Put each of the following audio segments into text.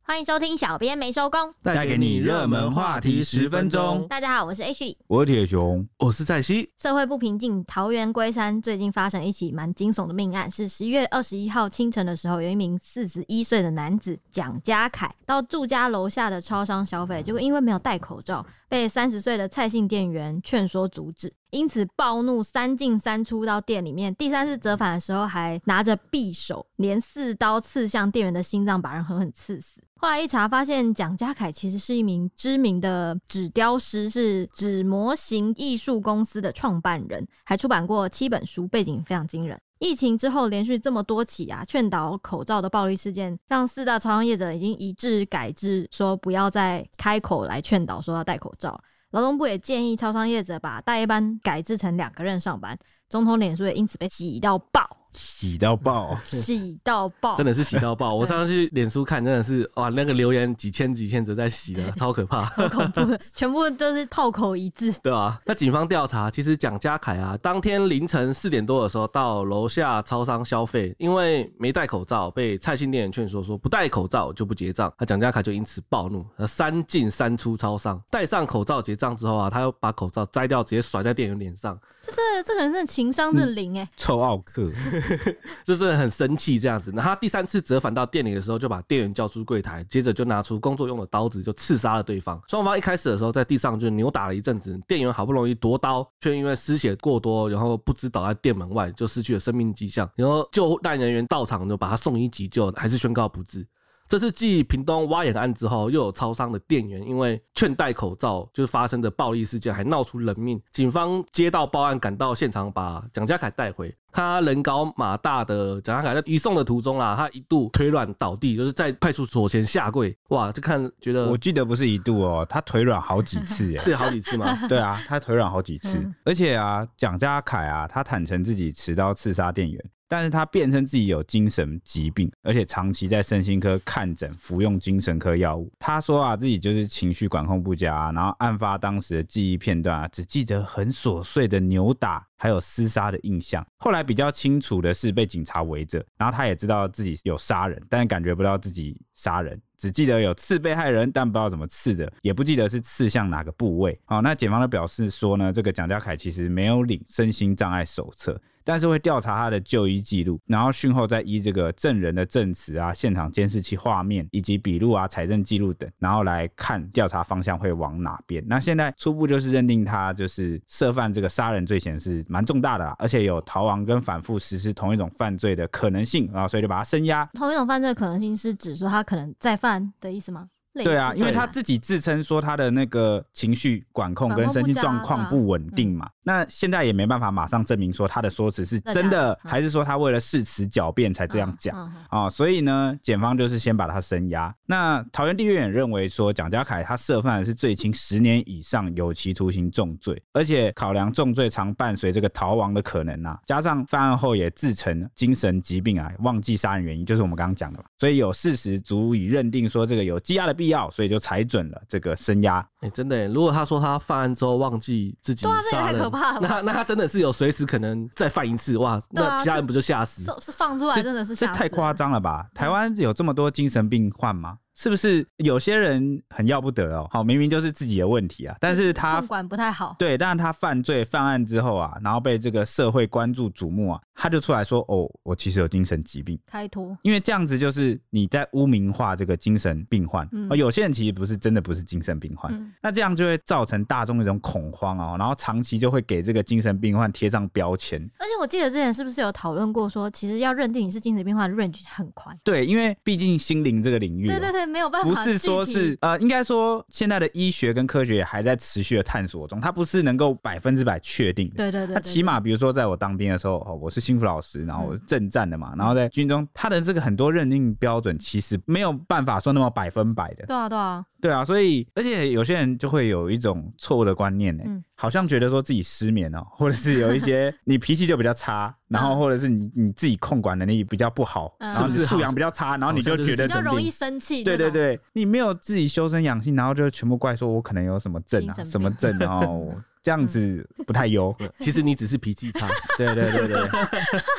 欢迎收听小编没收工， 带给你热门话题10分钟。 大家好，我是 H， 我是铁熊， 我是在西。 社会不平静，桃园龟山最近发生一起蛮惊悚的命案，是11月21号清晨的时候，有一名41岁的男子蒋家凯到住家楼下的超商消费，结果因为没有戴口罩，被30岁的蔡姓店员劝说阻止，因此暴怒3进3出到店里面，第3次折返的时候还拿着匕首连4刀刺向店员的心脏，把人狠狠刺死。后来一查发现，蒋家凯其实是一名知名的纸雕师，是纸模型艺术公司的创办人，还出版过7本书，背景非常惊人。疫情之后连续这么多起劝导口罩的暴力事件，让4大超商业者已经一致改制，说不要再开口来劝导说要戴口罩。劳动部也建议超商业者把大夜班改制成2个人上班，总统脸书也因此被洗到爆。 洗到爆， 洗到爆， 真的是洗到爆！我上次去脸书看，真的是哇，那个留言几千则在洗的，超可怕， 超恐怖的，全部都是炮口一致。 对啊，那警方调查，其实蒋家凯当天凌晨4点多的时候到楼下超商消费，因为没戴口罩，被蔡姓店员劝说不戴口罩就不结账，那蒋家凯就因此暴怒，3进3出超商，戴上口罩结账之后他又把口罩摘掉，直接甩在店员脸上。 这个人真的情商真的零臭奥克。 就是很生气这样子。那他第3次折返到店里的时候，就把店员叫出柜台，接着就拿出工作用的刀子就刺杀了对方。双方一开始的时候在地上就扭打了一阵子，店员好不容易夺刀，却因为失血过多，然后不知倒在店门外，就失去了生命迹象。然后救难人员到场就把他送医急救，还是宣告不治。这次继屏东挖眼案之后，又有超商的店员因为劝戴口罩就是发生的暴力事件，还闹出人命。警方接到报案，赶到现场把蒋家凯带回。看他人高马大的蒋家凯在移送的途中他一度腿软倒地，就是在派出所前下跪。哇，就看觉得， 我记得不是一度他腿软好几次是好几次吗？ 对啊，他腿软好几次，而且蒋家凯他坦诚自己持刀刺杀店员。但是他辩称自己有精神疾病，而且长期在身心科看诊，服用精神科药物。他说自己就是情绪管控不佳然后案发当时的记忆片段只记得很琐碎的扭打还有厮杀的印象。后来比较清楚的是被警察围着，然后他也知道自己有杀人，但感觉不到自己杀人，只记得有刺被害人，但不知道怎么刺的，也不记得是刺向哪个部位。那检方的表示说呢，这个蒋家凯其实没有领身心障碍手册，但是会调查他的就医记录，然后讯后再依这个证人的证词现场监视器画面以及笔录财政记录等，然后来看调查方向会往哪边。那现在初步就是认定他就是涉犯这个杀人罪嫌是蛮重大的而且有逃亡跟反复实施同一种犯罪的可能性所以就把他声押。 同一种犯罪的可能性是指说他可能再犯的意思吗？ 对啊，因为他自己自称说他的那个情绪管控跟身心状况不稳定嘛，那现在也没办法马上证明说他的说辞是真的还是说他为了誓词狡辩才这样讲所以呢检方就是先把他声押。那桃园地院也认为说蒋家凯他涉犯的是最轻10年以上有期徒刑重罪，而且考量重罪常伴随这个逃亡的可能加上犯案后也自称精神疾病忘记杀人原因，就是我们刚刚讲的嘛，所以有事实足以认定说这个有羁押的必要，所以就裁准了这个声押。 真的如果他说他犯案之后忘记自己杀人， 太可怕了。 那他真的是有随时可能再犯一次，哇，那其他人不就吓死？ 放出来真的是吓死。 这太夸张了吧？台湾有这么多精神病患吗？是不是有些人很要不得好，明明就是自己的问题但是他控管不太好。 对，但是他犯案之后然后被这个社会关注瞩目他就出来说我其实有精神疾病， 开脱。 因为这样子就是你在污名化这个精神病患有些人其实真的不是精神病患那这样就会造成大众一种恐慌然后长期就会给这个精神病患贴上标签。 而且我记得之前是不是有讨论过说，其实要认定你是精神病患的 range 很宽。 对，因为毕竟心灵这个领域对，没有办法不是说是应该说现在的医学跟科学也还在持续的探索中，它不是能够100%确定的。 对， 它起码比如说在我当兵的时候我是心辅老师，然后我是政战的嘛，然后在军中它的这个很多认定标准其实没有办法说那么100%的。对啊，所以而且有些人就会有一种错误的观念好像觉得说自己失眠或者是有一些你脾气就比较差然后或者是你自己控管能力比较不好然后你素养比较差然后你就觉得比较容易生气。 对，你没有自己修身养性，然后就全部怪说我可能有什么症什么症这样子不太优其实你只是脾气差。 对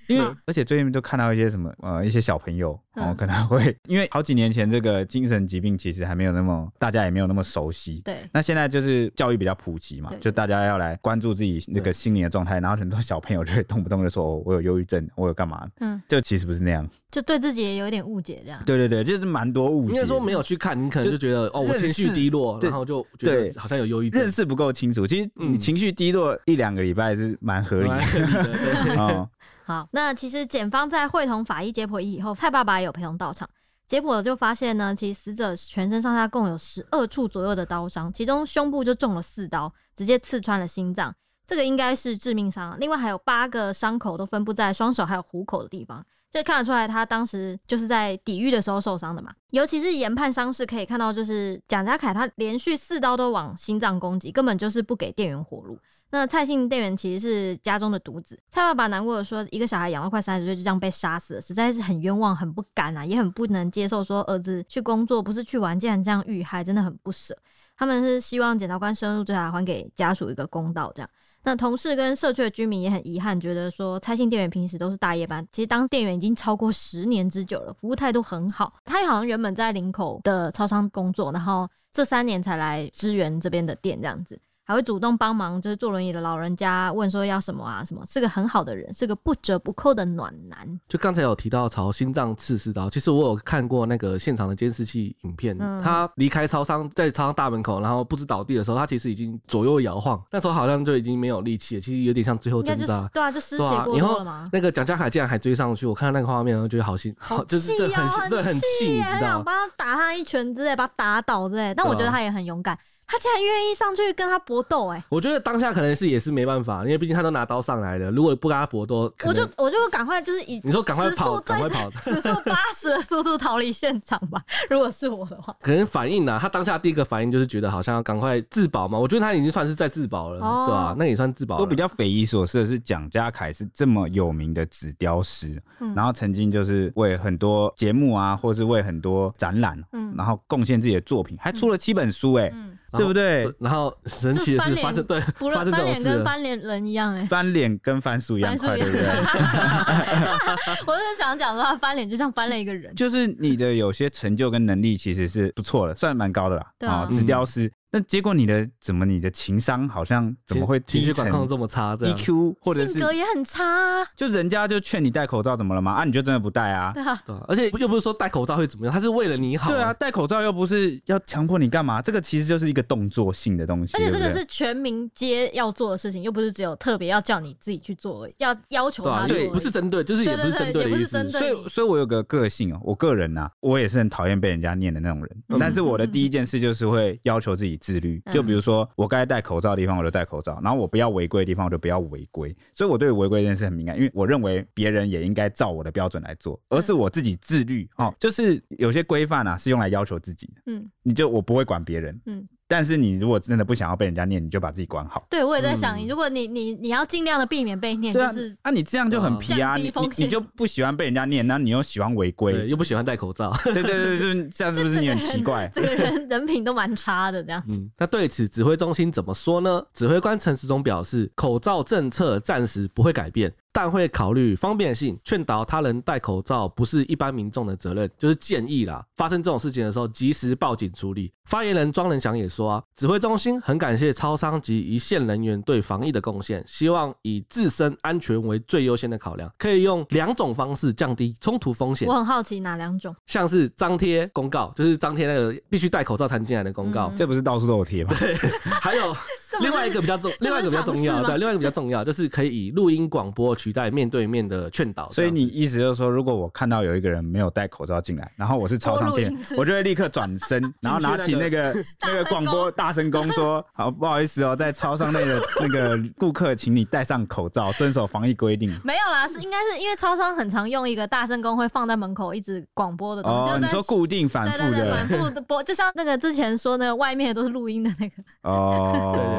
因为而且最近都看到一些什么一些小朋友可能会因为好几年前这个精神疾病其实还没有那么大家也没有那么熟悉， 对， 那现在就是教育比较普及嘛，就大家要来关注自己那个心理的状态，然后很多小朋友就会动不动就说我有忧郁症，我有干嘛，就其实不是那样， 就对自己也有一点误解这样。 对对对，就是蛮多误解。 应该说没有去看，你可能就觉得我情绪低落，然后就觉得好像有忧郁症， 认识不够清楚。其实你情绪低落1-2个礼拜是蛮合理的。 对好，那其实检方在会同法医解剖以后，蔡爸爸也有陪同到场。解剖就发现呢，其实死者全身上下共有12处左右的刀伤，其中胸部就中了4刀，直接刺穿了心脏，这个应该是致命伤。另外还有8个伤口都分布在双手还有虎口的地方，就看得出来他当时就是在抵狱的时候受伤的嘛。尤其是研判伤势可以看到，就是蒋家凯他连续4刀都往心脏攻击，根本就是不给店员活路。那蔡姓店员其实是家中的独子，蔡爸爸难过的说，一个小孩养到快30岁就这样被杀死了，实在是很冤枉，很不甘啊，也很不能接受说儿子去工作不是去玩，竟然这样遇害，真的很不舍。他们是希望检察官深入追查，还给家属一个公道这样。那同事跟社区的居民也很遗憾，觉得说蔡姓店员平时都是大夜班，其实当店员已经超过10年之久了，服务态度很好。他好像原本在林口的超商工作，然后这3年才来支援这边的店这样子，还会主动帮忙，就是坐轮椅的老人家问说要什么啊什么，是个很好的人，是个不折不扣的暖男。 就刚才有提到朝心脏刺4刀，其实我有看过那个现场的监视器影片，他离开超商，在超商大门口，然后不知倒地的时候，他其实已经左右摇晃，那时候好像就已经没有力气了，其实有点像最后挣扎。 对啊，就失血过多了嘛。 然后那个蒋家凯竟然还追上去，我看到那个画面，我觉得好心，就是对很气，你知道吗？ 帮他打他一拳之类，把他打倒之类，但我觉得他也很勇敢。他竟然愿意上去跟他搏斗， 我觉得当下可能也是没办法，因为毕竟他都拿刀上来了，如果不跟他搏斗，我就赶快就是以你说赶快跑， 时速80的速度逃离现场吧。如果是我的话， 可能反应他当下第一个反应就是觉得好像要赶快自保嘛。我觉得他已经算是在自保了，对吧？那也算自保了。 我比较匪夷所思的是，蒋家凯是这么有名的纸雕师，然后曾经就是为很多节目啊，或是为很多展览，然后贡献自己的作品，还出了7本书，对不对？ 然后神奇的是发生这种事， 翻脸跟翻脸人一样， 翻脸跟翻书一样快，对不对？ 我是想讲说，他翻脸就像翻了一个人， 就是你的有些成就跟能力其实是不错的，算蛮高的啦。对啊，纸雕师。但结果你的情商好像怎么会低沉， 情绪管控这么差，这样 EQ 或者是性格也很差啊。 就人家就劝你戴口罩怎么了吗？你就真的不戴啊？ 对啊， 而且又不是说戴口罩会怎么样，他是为了你好。 对啊，戴口罩又不是要强迫你干嘛，这个其实就是一个动作性的东西。 而且这个是全民皆要做的事情，又不是只有特别要叫你自己去做而已，要求他做。 对，不是针对，就是也不是针对的意思。 所以我有个个性我个人啊，我也是很讨厌被人家念的那种人。但是我的第一件事就是会要求自己自律，就比如说我该戴口罩的地方我就戴口罩，然后我不要违规的地方我就不要违规。所以我对违规这件事很敏感，因为我认为别人也应该照我的标准来做，而是我自己自律。就是有些规范是用来要求自己的，我不会管别人。但是你如果真的不想要被人家念，你就把自己管好。 对，我也在想，如果你要尽量的避免被念，就是你这样就很皮啊，你就不喜欢被人家念，那你又喜欢违规， 又不喜欢戴口罩， 对，这样是不是你很奇怪？ 这个人品都蛮差的这样子。 那对此指挥中心怎么说呢？指挥官陈时中表示，口罩政策暂时不会改变，但会考虑方便性，劝导他人戴口罩不是一般民众的责任，就是建议啦。发生这种事情的时候，及时报警处理。发言人庄仁祥也说指挥中心很感谢超商及一线人员对防疫的贡献，希望以自身安全为最优先的考量，可以用2种方式降低冲突风险。 我很好奇哪2种？ 像是张贴公告，就是张贴那个必须戴口罩才能进来的公告， 这不是到处都有贴吗？ 对，还有另外一个比较重要，对，另外一个比较重要，就是可以以录音广播取代面对面的劝导。 所以你意思就是说，如果我看到有一个人没有戴口罩进来，然后我是超商店，我就会立刻转身，然后拿起那个广播大声公说：“好，不好意思在超商内的那个顾客，请你戴上口罩，遵守防疫规定。” 没有啦，应该是因为超商很常用一个大声公会放在门口一直广播的东西。 你说固定反复的， 反复的播，就像那个之前说那个外面都是录音的那个。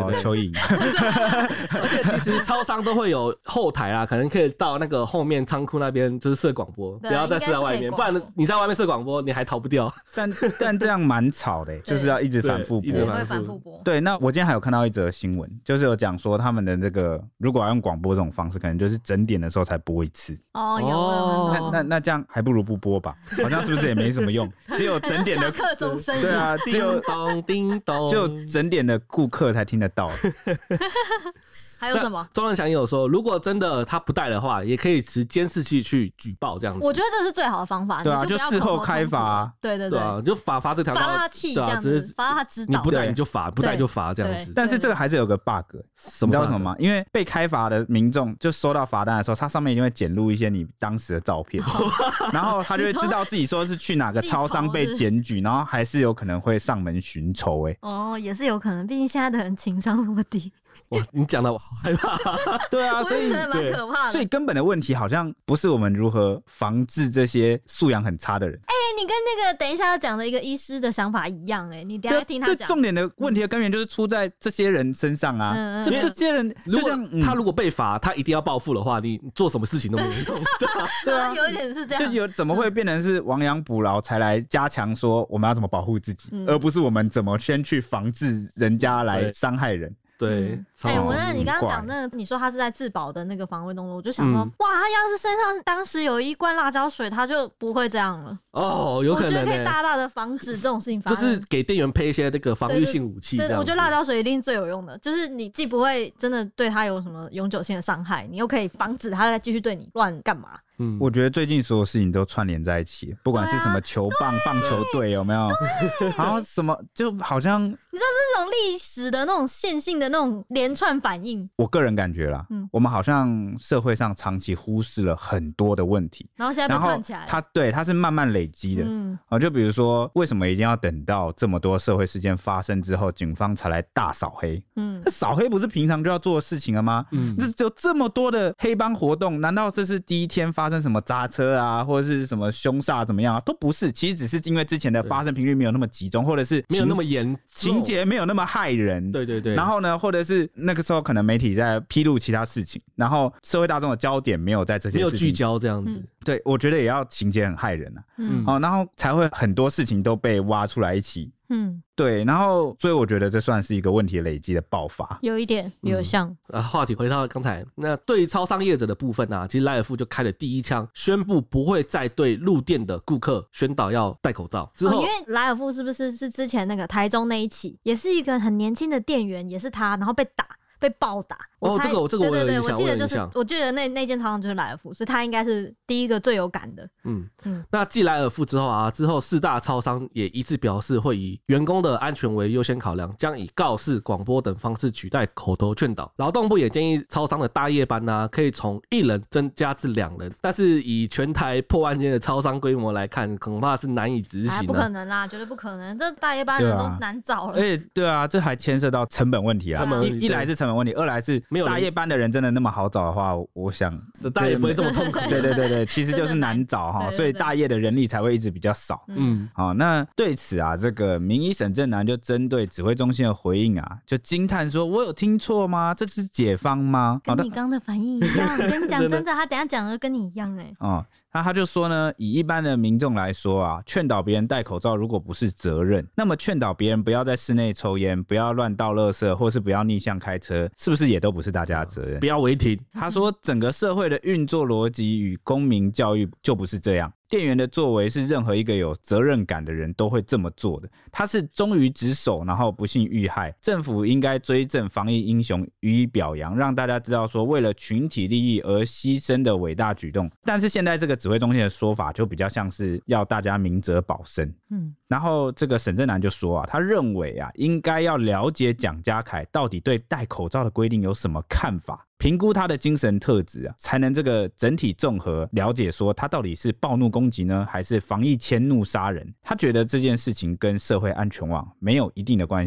蚯蚓。 而且其实超商都会有后台啊，可能可以到那个后面仓库那边就是设广播，不要再设在外面，不然你在外面设广播你还逃不掉。 但这样蛮吵的，就是要一直反复播， 会反复播。 对，那我今天还有看到一则新闻，就是有讲说他们的这个如果要用广播这种方式，可能就是整点的时候才播一次。 哦，有。 那这样还不如不播吧？好像是不是也没什么用？只有整点的课钟声， 对啊，只有叮咚， 只有整点的顾客才听得到。 还有什么？ 庄仁祥也有说，如果真的他不带的话，也可以持监视器去举报这样子。 我觉得这是最好的方法。 对啊，就事后开罚。 对啊，就罚这条， 罚他气这样子，罚他知道。 你不带你就罚，不带就罚这样子。 但是这个还是有个 bug， 你知道什么吗？因为被开罚的民众就收到罚单的时候，他上面一定会剪录一些你当时的照片，然后他就会知道自己说是去哪个超商被检举，然后还是有可能会上门寻仇。 哦，也是有可能，毕竟现在的人情商那么低。 哇，你讲的我好害怕。 对啊，所以真的蛮可怕的。 所以根本的问题好像不是我们如何防治这些素养很差的人。 你跟那个等一下要讲的一个医师的想法一样。你等一下听他讲。 重点的问题的根源就是出在这些人身上啊。就这些人，就像他如果被罚，他一定要报复的话，你做什么事情都没用。 对啊，有一点是这样。 就怎么会变成是亡羊补牢才来加强说我们要怎么保护自己，而不是我们怎么先去防治人家来伤害人。 对， 你刚刚讲那个，你说他是在自保的那个防卫动作，我就想说，哇，他要是身上当时有一罐辣椒水，他就不会这样了。 哦，有可能， 我觉得可以大大的防止这种事情发生， 就是给店员配一些那个防御性武器。 对，我觉得辣椒水一定最有用的，就是你既不会真的对他有什么永久性的伤害，你又可以防止他再继续对你乱干嘛。 我觉得最近所有事情都串联在一起，不管是什么球棒、棒球队有没有，然后什么就好像你知道是这种历史的那种线性的那种连串反应。 我个人感觉啦，我们好像社会上长期忽视了很多的问题， 然后现在被串起来了。 它是慢慢累积的。就比如说为什么一定要等到这么多社会事件发生之后，警方才来大扫黑？那扫黑不是平常就要做的事情了吗？这有这么多的黑帮活动，难道这是第一天发生什么砸车啊，或者是什么凶杀怎么样啊？都不是，其实只是因为之前的发生频率没有那么集中，或者是没有那么严重， 情节没有那么害人。 对。 然后呢，或者是那个时候可能媒体在披露其他事情，然后社会大众的焦点没有在这些事情， 没有聚焦这样子。 对，我觉得也要情节很害人啊。然后才会很多事情都被挖出来一起。对，然后所以我觉得这算是一个问题累积的爆发， 有一点有像。 话题回到刚才，那对于超商业者的部分啊，其实莱尔富就开了第一枪，宣布不会再对入店的顾客宣导要戴口罩。之后， 因为莱尔富是不是之前那个台中那一起，也是一个很年轻的店员，也是他，然后被暴打。 这个我有印象， 我记得那间超商就是莱尔富，所以他应该是第一个最有感的。 那继莱尔富之后啊，四大超商也一致表示会以员工的安全为优先考量，将以告示、广播等方式取代口头劝导。劳动部也建议超商的大夜班啊，可以从1人增加至2人，但是以全台破万间的超商规模来看，恐怕是难以执行。 不可能啦，绝对不可能，这大夜班人都难找了。 对啊，这还牵涉到成本问题啊。一来是成本问题，二来是没有大夜班的人真的那么好找的话，我想大夜不会这么痛苦。 对，其实就是难找哈，所以大夜的人力才会一直比较少。好，那对此啊，这个名医沈正南就针对指挥中心的回应啊，就惊叹说：“我有听错吗？这是解方吗？” 跟你刚的反应一样，我跟你讲真的，他等一下讲的跟你一样他就说呢，以一般的民众来说啊，劝导别人戴口罩如果不是责任，那么劝导别人不要在室内抽烟，不要乱倒垃圾，或是不要逆向开车，是不是也都不是大家的责任？ 不要违停。 他说，整个社会的运作逻辑与公民教育就不是这样。店员的作为是任何一个有责任感的人都会这么做的，他是忠于职守，然后不幸遇害，政府应该追赠防疫英雄予以表扬，让大家知道说为了群体利益而牺牲的伟大举动。但是现在这个指挥中心的说法就比较像是要大家明哲保身。然后这个沈正南就说啊，他认为啊，应该要了解蒋家凯到底对戴口罩的规定有什么看法，评估他的精神特质啊，才能这个整体综合了解说他到底是暴怒攻击呢，还是防疫迁怒杀人。他觉得这件事情跟社会安全网没有一定的关系。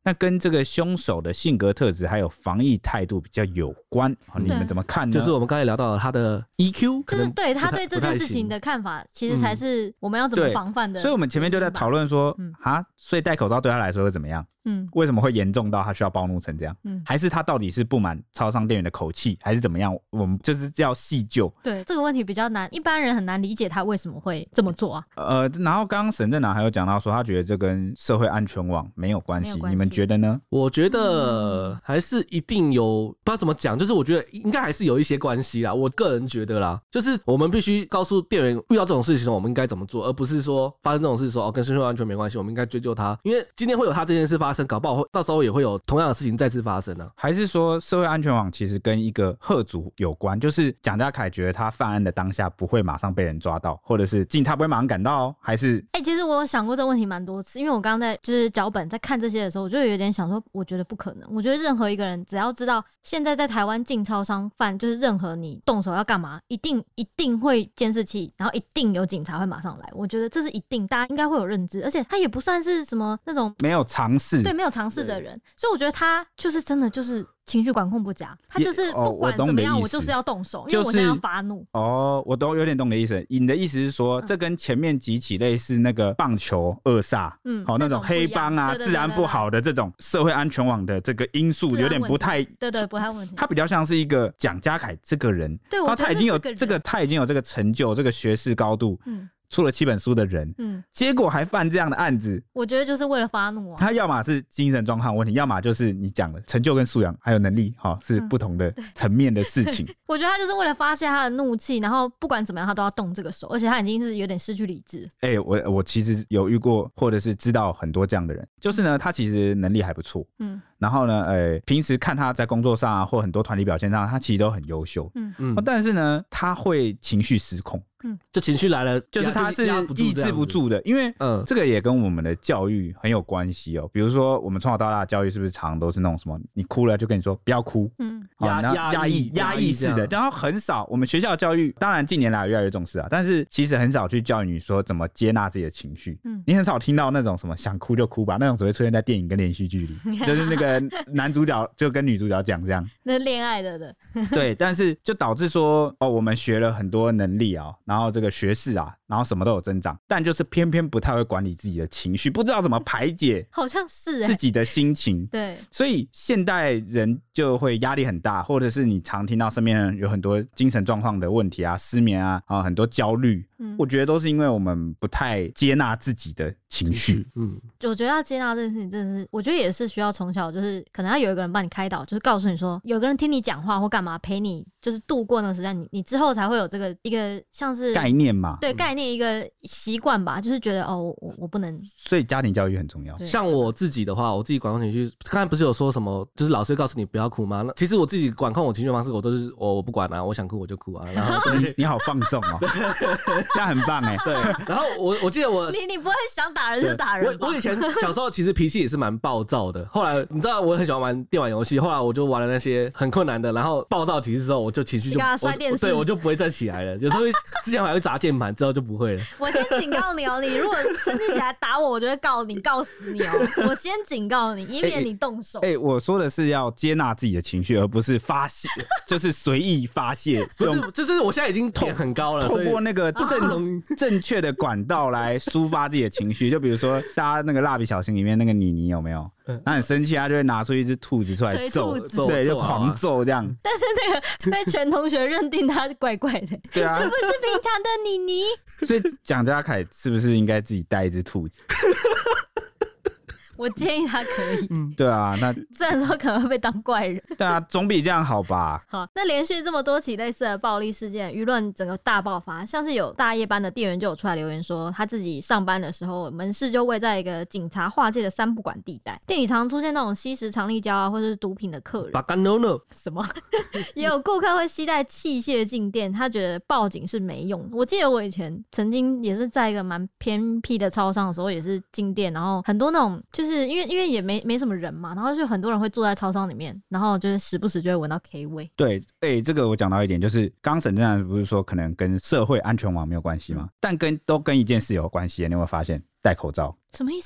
那跟这个凶手的性格特质还有防疫态度比较有关，你们怎么看呢？ 就是我们刚才聊到了他的 EQ， 就是对他对这件事情的看法，其实才是我们要怎么防范的。 所以我们前面就在讨论说，所以戴口罩对他来说会怎么样？为什么会严重到他需要暴怒成这样？还是他到底是不满超商店员的口气，还是怎么样？我们就是要细究。 对，这个问题比较难，一般人很难理解他为什么会这么做啊。 然后刚刚沈正南还有讲到说，他觉得这跟社会安全网没有关系，你们觉得呢？ 我觉得还是一定有，不知道怎么讲，就是我觉得应该还是有一些关系啦。我个人觉得啦，就是我们必须告诉店员，遇到这种事情的时候我们应该怎么做，而不是说发生这种事说跟社会安全没关系，我们应该追究他，因为今天会有他这件事发生，搞不好到时候也会有同样的事情再次发生啊。 还是说社会安全网其实跟一个吓阻有关，就是蒋家凯觉得他犯案的当下不会马上被人抓到，或者是警察不会马上赶到，还是其实我有想过这个问题蛮多次，因为我刚刚在就是脚本在看这些的时候，我就有点想说，我觉得不可能。我觉得任何一个人只要知道现在在台湾进超商犯，就是任何你动手要干嘛，一定会监视器，然后一定有警察会马上来。我觉得这是一定，大家应该会有认知，而且他也不算是什么那种没有尝试， 对，没有尝试的人，所以我觉得他就是真的就是情绪管控不佳，他就是不管怎么样，我就是要动手，因为我现在要发怒。 我有点懂你的意思。你的意思是说，这跟前面几起类似那个棒球恶煞，那种黑帮啊、治安不好的这种社会安全网的这个因素有点不太， 对，不太问题。 他比较像是一个蒋家凯这个人， 对， 他已经有这个成就、这个学识高度，出了7本书的人，结果还犯这样的案子， 我觉得就是为了发怒啊。 他要么是精神状况问题，要么就是你讲的成就跟素养还有能力，是不同的层面的事情。 我觉得他就是为了发泄他的怒气，然后不管怎么样他都要动这个手，而且他已经是有点失去理智。 我其实有遇过或者是知道很多这样的人，就是呢他其实能力还不错，然后呢平时看他在工作上或很多团体表现上他其实都很优秀，但是呢他会情绪失控， 就情绪来了， 就是他是抑制不住的，因为这个也跟我们的教育很有关系哦。比如说我们从小到大的教育是不是常都是那种什么，你哭了就跟你说不要哭，压抑式的，然后很少。我们学校的教育当然近年来越来越重视啊，但是其实很少去教育你说怎么接纳自己的情绪。你很少听到那种什么想哭就哭吧，那种只会出现在电影跟连续剧里，就是那个男主角就跟女主角讲这样， 那恋爱的对，但是就导致说我们学了很多能力啊，然后这个学识啊，然后什么都有增长，但就是偏偏不太会管理自己的情绪，不知道怎么排解， 好像是自己的心情。 对， 所以现代人就会压力很大，或者是你常听到身边人有很多精神状况的问题啊，失眠啊，很多焦虑。我觉得都是因为我们不太接纳自己的情绪。 我觉得要接纳这件事情真的是，我觉得也是需要从小就是可能要有一个人帮你开导，就是告诉你说有个人听你讲话或干嘛陪你，就是度过那个时间，你之后才会有这个一个像是概念嘛， 对，概念一个习惯吧，就是觉得我不能。 所以家庭教育很重要。 像我自己的话，我自己管控情绪，刚才不是有说什么，就是老师会告诉你不要哭吗？其实我自己管控我情绪的方式，我都是我不管啊，我想哭我就哭啊。然后你好放纵哦，那很棒哎。 对，然后我记得你不会想打人就打人吧？ 我以前小时候其实脾气也是蛮暴躁的，后来你知道我很喜欢玩电玩游戏，后来我就玩了那些很困难的，然后暴躁几次之后，我就情绪就摔电视， 对，我就不会再起来了。有时候之前还会砸键盘，之后就不会了。 我先警告你哦，你如果生气起来打我，我就会告死你哦。我先警告你，以免你动手。 我说的是要接纳自己的情绪，而不是发泄，就是随意发泄。 不是，就是我现在已经点很高了， 透过那个正确的管道来抒发自己的情绪。就比如说，大家那个蜡笔小新里面那个妮妮有没有？他很生气，他就会拿出一只兔子出来揍，对，就狂揍这样。 但是那个被全同学认定他怪怪的， 对啊， 这不是平常的妮妮。 所以蒋家凯是不是应该自己带一只兔子？ 我建议他可以， 对啊，那虽然说可能会被当怪人， 对啊，总比这样好吧？ 好，那连续这么多起类似的暴力事件，舆论整个大爆发，像是有大夜班的店员就有出来留言说，他自己上班的时候，门市就位在一个警察划界的3不管地带，店里常出现那种吸食长力胶啊，或是毒品的客人，什么，也有顾客会携带器械进店，他觉得报警是没用的。我记得我以前曾经也是在一个蛮偏僻的超商的时候，也是进店，然后很多那种就是因为也没什么人嘛，然后就很多人会坐在超商里面，然后就是时不时就会闻到 K 味。 对，这个我讲到一点，就是刚沈正南不是说可能跟社会安全网没有关系吗？但都跟一件事有关系，你有没有发现？戴口罩。 什么意思？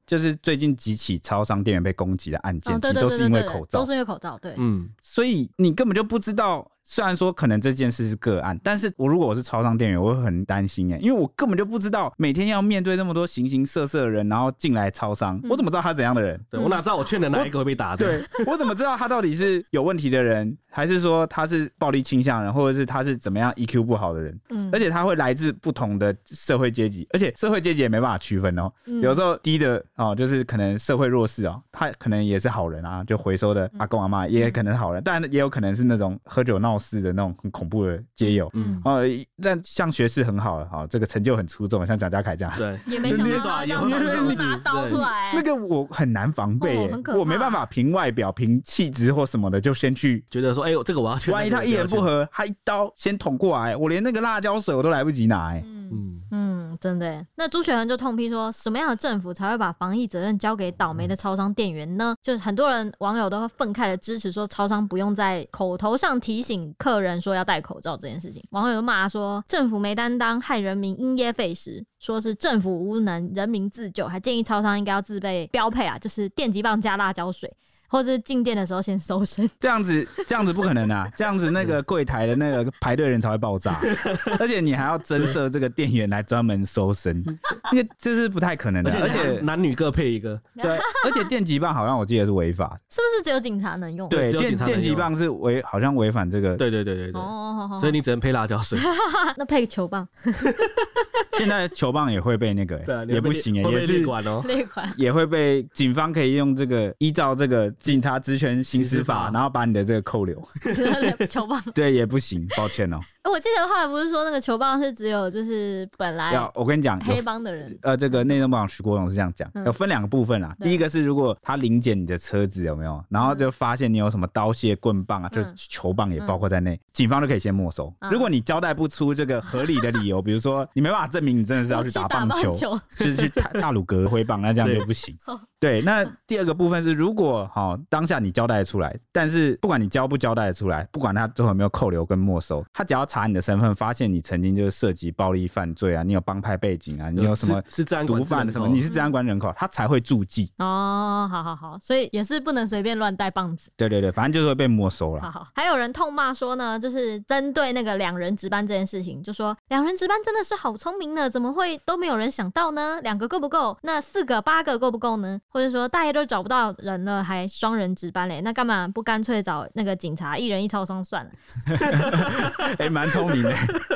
就是最近几起超商店员被攻击的案件，其实都是因为口罩， 都是因为口罩，对， 所以你根本就不知道。虽然说可能这件事是个案，但是如果我是超商店员，我会很担心因为我根本就不知道每天要面对那么多形形色色的人，然后进来超商，我怎么知道他怎样的人？ 对，我哪知道我劝的哪一个会被打的？ 对，我怎么知道他到底是有问题的人，还是说他是暴力倾向人，或者是他是怎么样 EQ 不好的人？而且他会来自不同的社会阶级，而且社会阶级也没办法区分哦。有时候低的就是可能社会弱势他可能也是好人啊，就回收的阿公阿嬷也可能是好人，但也有可能是那种喝酒闹事的那种很恐怖的街友。但像学识很好的这个成就很出众，像蒋家凯这样， 对，也没想到他这样拿刀出来， 那个我很难防备我没办法凭外表、凭气质或什么的就先去觉得说，这个我要劝。 万一他一言不合，他一刀先捅过来，我连那个辣椒水我都来不及拿真的耶。那朱学恒就痛批说，什么样的政府才会把防疫责任交给倒霉的超商店员呢？就是很多人网友都会愤慨的支持说，超商不用在口头上提醒客人说要戴口罩这件事情。网友骂说，政府没担当，害人民因噎废食，说是政府无能，人民自救，还建议超商应该要自备标配就是电击棒加辣椒水。或是进店的时候先搜身， 这样子不可能啊！这样子那个柜台的那个排队人才会爆炸，而且你还要增设这个店员来专门搜身，因为这是不太可能的。而且男女各配一个， 对，而且电击棒好像我记得是违法， 是不是只有警察能用？ 对，电击棒是好像违反这个。 对，所以你只能配辣椒水。 那配个球棒， 现在球棒也会被那个也不行也是列管也会被警方可以用这个依照这个警察职权行使法，然后把你的这个扣留。 球棒对也不行，抱歉哦。 我记得后来不是说那个球棒是只有就是本来我跟你讲黑帮的人， 这个内政部长徐国勇是这样讲，有分2个部分啦。第一个是如果他临检你的车子有没有，然后就发现你有什么刀械、棍棒啊，就是球棒也包括在内，警方就可以先没收。如果你交代不出这个合理的理由，比如说你没办法证明你真的是要去打棒球，是去大鲁阁挥棒，那这样就不行。对，那第2个部分是如果当下你交代得出来，但是不管你交不交代得出来，不管他最后有没有扣留跟没收，他只要查你的身份，发现你曾经就是涉及暴力犯罪啊，你有帮派背景啊，你有什么毒贩什么，你是治安管人口，他才会注记。 好，所以也是不能随便乱带棒子。 对，反正就是会被没收了。 好，还有人痛骂说呢，就是针对那个2人值班这件事情，就说2人值班真的是好聪明呢，怎么会都没有人想到呢？2个够不够？那4个、8个够不够呢？或者说大家都找不到人了，还双人值班嘞，那干嘛不干脆找那个警察1人1超商算了？ 蛮聪明的。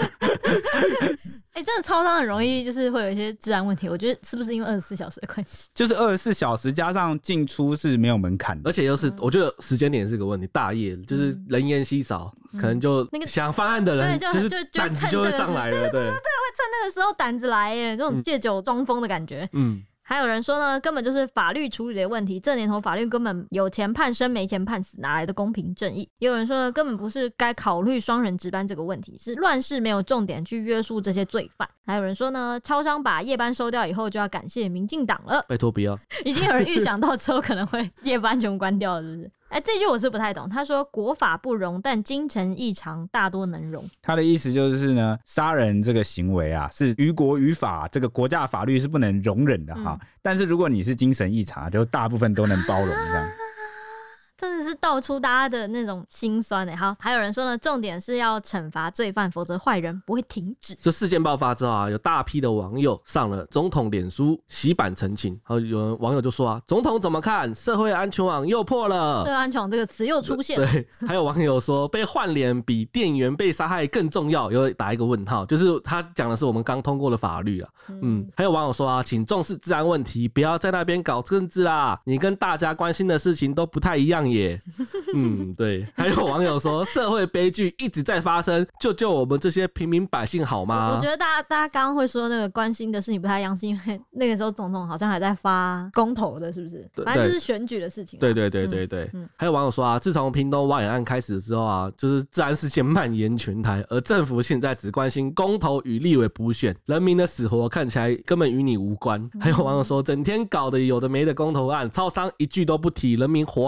真的超商很容易就是会有一些治安问题，我觉得是不是因为24小时的关系？ 就是24小时加上进出是没有门槛的， 而且又是我觉得时间点是个问题，大夜就是人烟稀少，可能就想犯案的人就是胆子就会上来了，对，会趁那个时候胆子来耶，这种借酒装疯的感觉。还有人说呢，根本就是法律处理的问题，这年头法律根本有钱判生，没钱判死，哪来的公平正义？也有人说呢，根本不是该考虑双人值班这个问题，是乱世没有重点去约束这些罪犯。还有人说呢，超商把夜班收掉以后就要感谢民进党了， 拜托不要。 已经有人预想到之后可能会夜班全部关掉了，是不是？这句我是不太懂。他说国法不容，但精神异常大多能容。他的意思就是呢，杀人这个行为啊，是于国于法，这个国家法律是不能容忍的但是如果你是精神异常，就大部分都能包容这样。 真的是道出大家的那种心酸好，还有人说呢，重点是要惩罚罪犯，否则坏人不会停止。 这事件爆发之后有大批的网友上了总统脸书洗版澄清，然后有网友就说总统怎么看？社会安全网又破了。 社会安全网这个词又出现了。 对，还有网友说被换脸比店员被杀害更重要，有打一个问号，就是他讲的是我们刚通过的法律还有网友说请重视治安问题，不要在那边搞政治啦，你跟大家关心的事情都不太一样耶。对。还有网友说社会悲剧一直在发生，救救我们这些平民百姓好吗？ 我觉得大家刚刚会说那个关心的事情不太一样，是因为那个时候总统好像还在发公投的，是不是？反正就是选举的事情。 对。还有网友说自从屏东挖眼案开始的时候就是治安事件蔓延全台，而政府现在只关心公投与立委补选，人民的死活看起来根本与你无关。还有网友说整天搞的有的没的公投案，超商一句都不提，人民活该吗？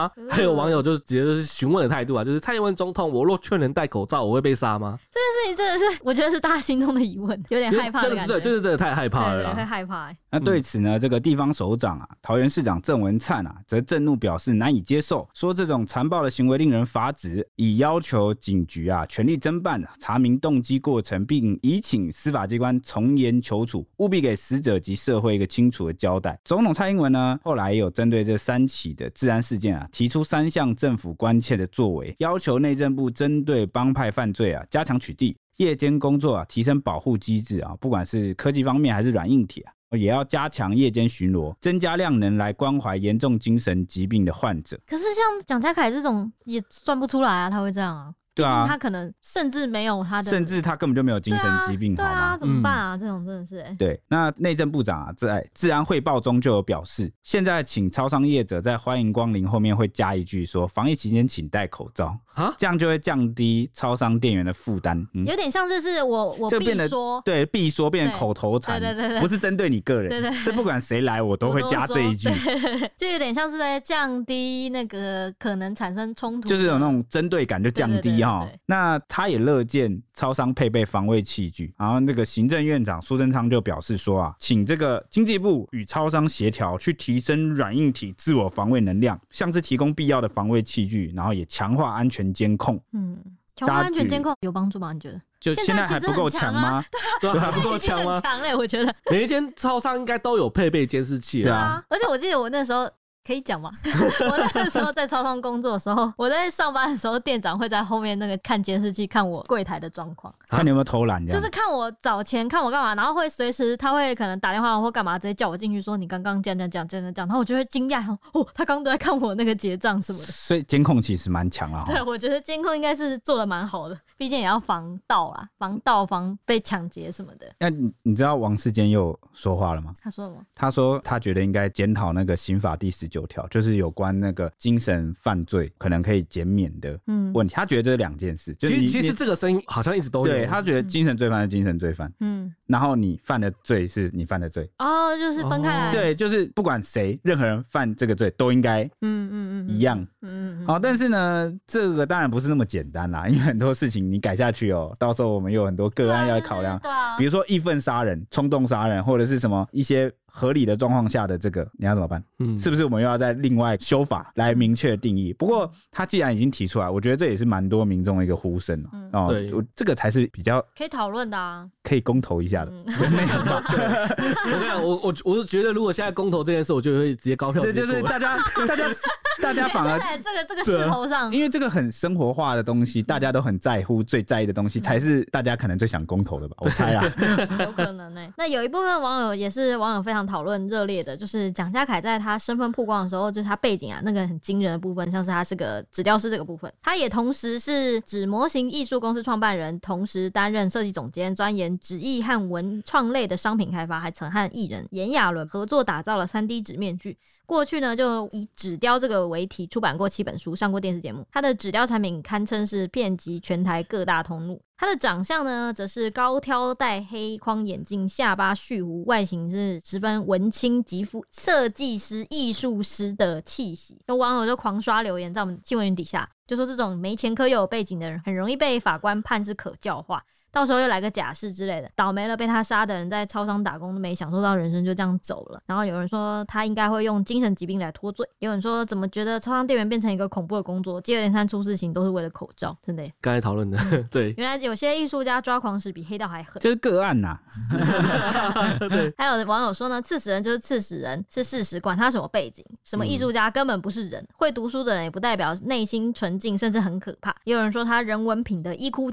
还有网友就是直接就是询问的态度啊，就是蔡英文总统，我若劝人戴口罩，我会被杀吗？ 这件事情真的是，我觉得是大家心中的疑问，有点害怕的感觉。 真的太害怕了啦， 会害怕。 那对此呢，这个地方首长啊，桃园市长郑文灿啊，则震怒表示难以接受，说这种残暴的行为令人发指，已要求警局啊全力侦办，查明动机过程，并已请司法机关从严求处，务必给死者及社会一个清楚的交代。总统蔡英文呢，后来也有针对这3起的治安事件啊，提出3项政府关切的作为，要求内政部针对帮派犯罪啊加强取缔，夜间工作啊提升保护机制啊，不管是科技方面还是软硬体啊，也要加强夜间巡逻，增加量能来关怀严重精神疾病的患者。 可是像蒋家凯这种也算不出来啊，他会这样啊？ 对啊， 他可能甚至没有他的， 甚至他根本就没有精神疾病， 对啊， 好吗？ 对啊，怎么办啊？这种真的是对。那内政部长啊，在治安汇报中就有表示，现在请超商业者在欢迎光临后面会加一句说，防疫期间请戴口罩，这样就会降低超商店员的负担。 有点像是我必说， 对，必说变成口头禅， 对， 不是针对你个人，是不管谁来我都会加这一句， 就有点像是在降低那个可能产生冲突， 就是有那种针对感就降低哈。那他也乐见超商配备防卫器具，然后那个行政院长苏贞昌就表示说啊，请这个经济部与超商协调，去提升软硬体自我防卫能量，像是提供必要的防卫器具，然后也强化安全监控。 强化安全监控有帮助吗？你觉得？ 就现在还不够强吗？ 对，还不够强吗？ 强嘞，我觉得每一间超商应该都有配备监视器。 对啊， 而且我记得我那时候。可以讲吗？我那时候在超商工作的时候，我在上班的时候，店长会在后面那个看监视器，看我柜台的状况， 看你有没有偷懒， 就是看我找钱，看我干嘛，然后会随时他会可能打电话或干嘛，直接叫我进去说你刚刚这样，然后我就会惊讶，他刚刚都在看我那个结账什么的。 所以监控其实蛮强了。 对，我觉得监控应该是做的蛮好的，毕竟也要防盗啦，防被抢劫什么的。 那你知道王世坚又说话了吗？ 他说什么？ 他说他觉得应该检讨那个刑法第19条，就是有关那个精神犯罪可能可以减免的问题。他觉得这是2件事。 其实这个声音好像一直都有。 对，他觉得精神罪犯是精神罪犯，然后你犯的罪是你犯的罪。 就是分开来。 对，就是不管谁，任何人犯这个罪都应该一样。好，但是呢，这个当然不是那么简单啦，因为很多事情你改下去到时候我们有很多个案要考量，比如说义愤杀人、冲动杀人，或者是什么一些合理的状况下的这个你要怎么办？是不是我们又要再另外修法来明确定义？不过他既然已经提出来，我觉得这也是蛮多民众的一个呼声对，这个才是比较可以讨论的啊， 可以公投一下的。 我跟你讲，我是觉得如果现在公投这件事，我就会直接高票。 对，就是大家反而这个势头上， 因为这个很生活化的东西，大家都很在乎、最在意的东西，才是大家可能最想公投的吧？我猜啦， 有可能那有一部分网友也是网友非常讨论热烈的，就是蒋家凯在他身份曝光的时候，就是他背景那个很惊人的部分，像是他是个纸雕师这个部分，他也同时是纸模型艺术公司创办人，同时担任设计总监，钻研纸艺和文创类的商品开发，还曾和艺人炎亚纶合作打造了3D 纸面具。过去呢，就以纸雕这个为题出版过7本书，上过电视节目。他的纸雕产品堪称是遍及全台各大通路。他的长相呢，则是高挑戴黑框眼镜，下巴蓄胡，外形是十分文青极富设计师、艺术师的气息。有网友就狂刷留言在我们新闻云底下，就说这种没前科又有背景的人，很容易被法官判是可教化。到时候又来个假释之类的，倒霉了，被他杀的人在超商打工都没享受到人生，就这样走了。然后有人说他应该会用精神疾病来脱罪，有人说怎么觉得超商店员变成一个恐怖的工作，接二连三出事情都是为了口罩，真的耶。 刚才讨论的对， 原来有些艺术家抓狂时比黑道还狠， 这是个案呐。 对， 还有网友说呢，刺死人就是刺死人，是事实，管他什么背景，什么艺术家根本不是人。会读书的人也不代表内心纯净，甚至很可怕。也有人说他人文品的EQ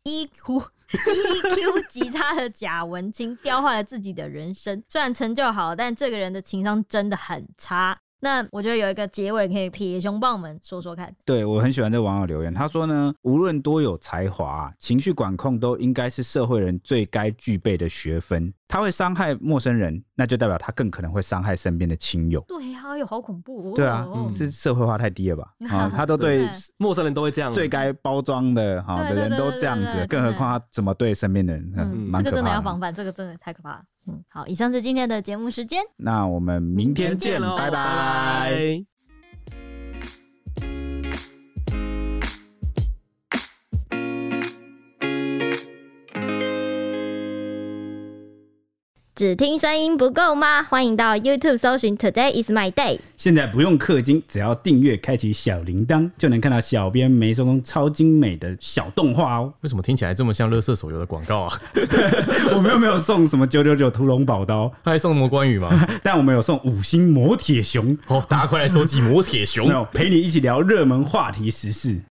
极差的假文青，雕坏了自己的人生。虽然成就好，但这个人的情商真的很差。那我觉得有一个结尾可以铁熊帮我们说说看。 对，我很喜欢这网友留言，他说呢，无论多有才华，情绪管控都应该是社会人最该具备的学分。他会伤害陌生人，那就代表他更可能会伤害身边的亲友。 对啊，好恐怖。 对啊，是社会化太低了吧？他都对陌生人都会这样， 最该包装的人都这样子，更何况他怎么对身边的人， 这个真的要防范，这个真的太可怕了。好，以上是今天的节目时间， 那我们明天见，拜拜。 只听声音不够吗？欢迎到 YouTube 搜寻 Today is my day。 现在不用氪金，只要订阅开启小铃铛，就能看到小编没收工超精美的小动画哦。 为什么听起来这么像垃圾手游的广告啊？ 我们又没有送什么999屠龙宝刀， 他还送魔关羽吗？ 但我们有送5星魔铁熊。 大家快来收集魔铁熊， 陪你一起聊热门话题时事。